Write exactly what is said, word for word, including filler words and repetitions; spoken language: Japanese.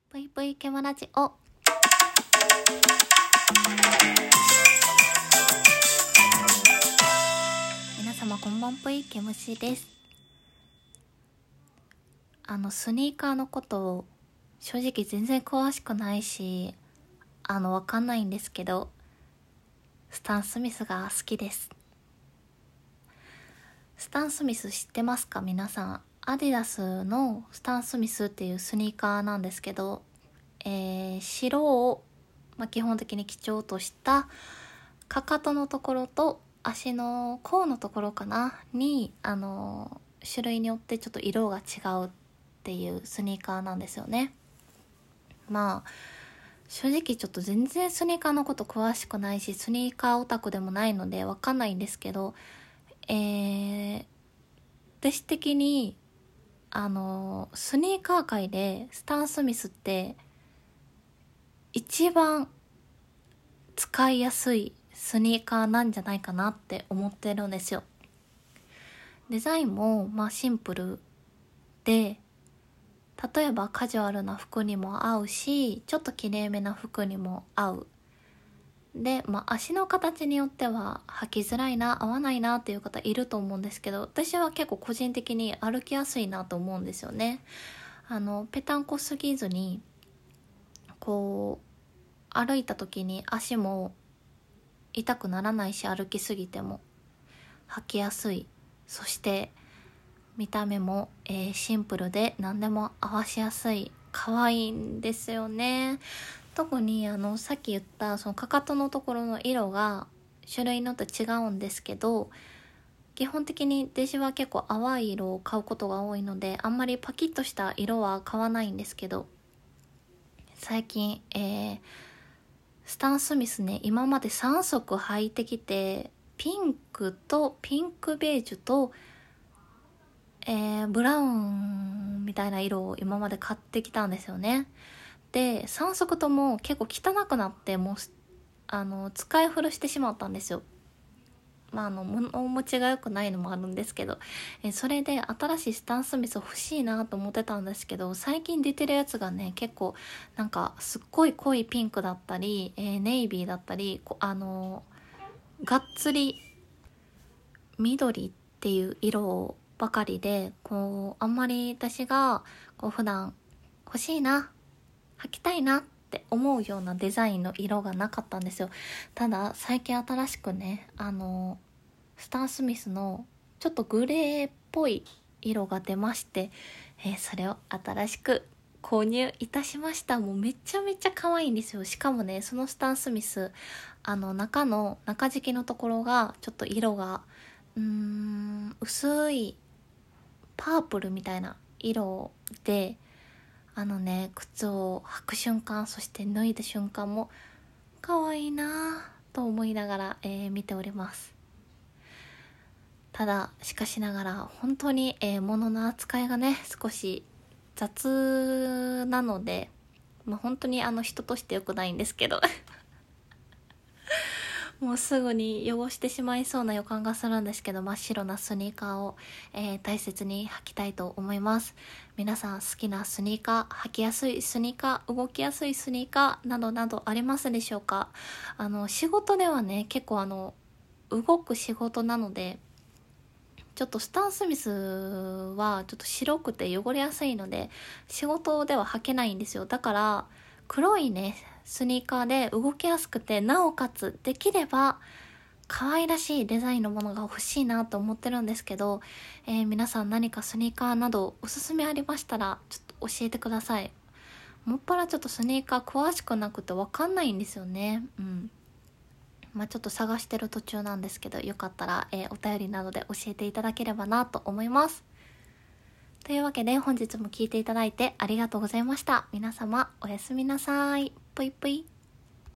ぷいぷいけまラジオ。皆様こんばんぷいけむしです。あのスニーカーのこと正直全然詳しくないしあのわかんないんですけど、スタン・スミスが好きです。スタン・スミス知ってますか皆さん。アディダスのスタン・スミスっていうスニーカーなんですけど、えー、白を、まあ、基本的に基調としたかかとのところと足の甲のところかなにあの種類によってちょっと色が違うっていうスニーカーなんですよね。まあ正直ちょっと全然スニーカーのこと詳しくないし、スニーカーオタクでもないのでわかんないんですけど、えー、私的にあのスニーカー界でスタン・スミスって一番使いやすいスニーカーなんじゃないかなって思ってるんですよ。デザインもまあシンプルで、例えばカジュアルな服にも合うし、ちょっときれいめな服にも合う。で、まあ足の形によっては履きづらいな、合わないなっていう方いると思うんですけど、私は結構個人的に歩きやすいなと思うんですよね。あのペタンコすぎずに、こう歩いた時に足も痛くならないし、歩きすぎても履きやすい。そして見た目も、えー、シンプルで何でも合わしやすい。可愛いんですよね。特にあのさっき言ったそのかかとのところの色が種類によって違うんですけど、基本的に私は結構淡い色を買うことが多いので、あんまりパキッとした色は買わないんですけど、最近、えー、スタン・スミスね、今までさんそく履いてきて、ピンクとピンクベージュと、えー、ブラウンみたいな色を今まで買ってきたんですよね。でさんそくとも結構汚くなって、もうあの使い古してしまったんですよ。まああの物持ちが良くないのもあるんですけど、えそれで新しいスタン・スミス欲しいなと思ってたんですけど、最近出てるやつがね結構なんかすっごい濃いピンクだったり、えー、ネイビーだったり、あのがっつり緑っていう色ばかりで、こうあんまり私がこう普段欲しいな、履きたいなって思うようなデザインの色がなかったんですよ。ただ最近新しくね、あのスタン・スミスのちょっとグレーっぽい色が出まして、えー、それを新しく購入いたしました。もうめちゃめちゃ可愛いんですよ。しかもね、そのスタン・スミス、あの中の中敷きのところがちょっと色がうーん薄いパープルみたいな色で、あのね靴を履く瞬間、そして脱いだ瞬間も可愛いなぁと思いながら、えー、見ております。ただしかしながら本当に、えー、物の扱いがね少し雑なので、まあ、本当にあの人として良くないんですけどもうすぐに汚してしまいそうな予感がするんですけど、真っ白なスニーカーを、えー、大切に履きたいと思います。皆さん好きなスニーカー、履きやすいスニーカー、動きやすいスニーカーなどなどありますでしょうか。あの仕事ではね結構あの動く仕事なので、ちょっとスタン・スミスはちょっと白くて汚れやすいので仕事では履けないんですよ。だから黒いねスニーカーで動きやすくて、なおかつできれば可愛らしいデザインのものが欲しいなと思ってるんですけど、えー、皆さん何かスニーカーなどおすすめありましたらちょっと教えてください。もっぱらちょっとスニーカー詳しくなくてわかんないんですよね。うんまあちょっと探してる途中なんですけど、よかったら、えー、お便りなどで教えていただければなと思います。というわけで本日も聞いていただいてありがとうございました。皆様おやすみなさい。ぷいぷい。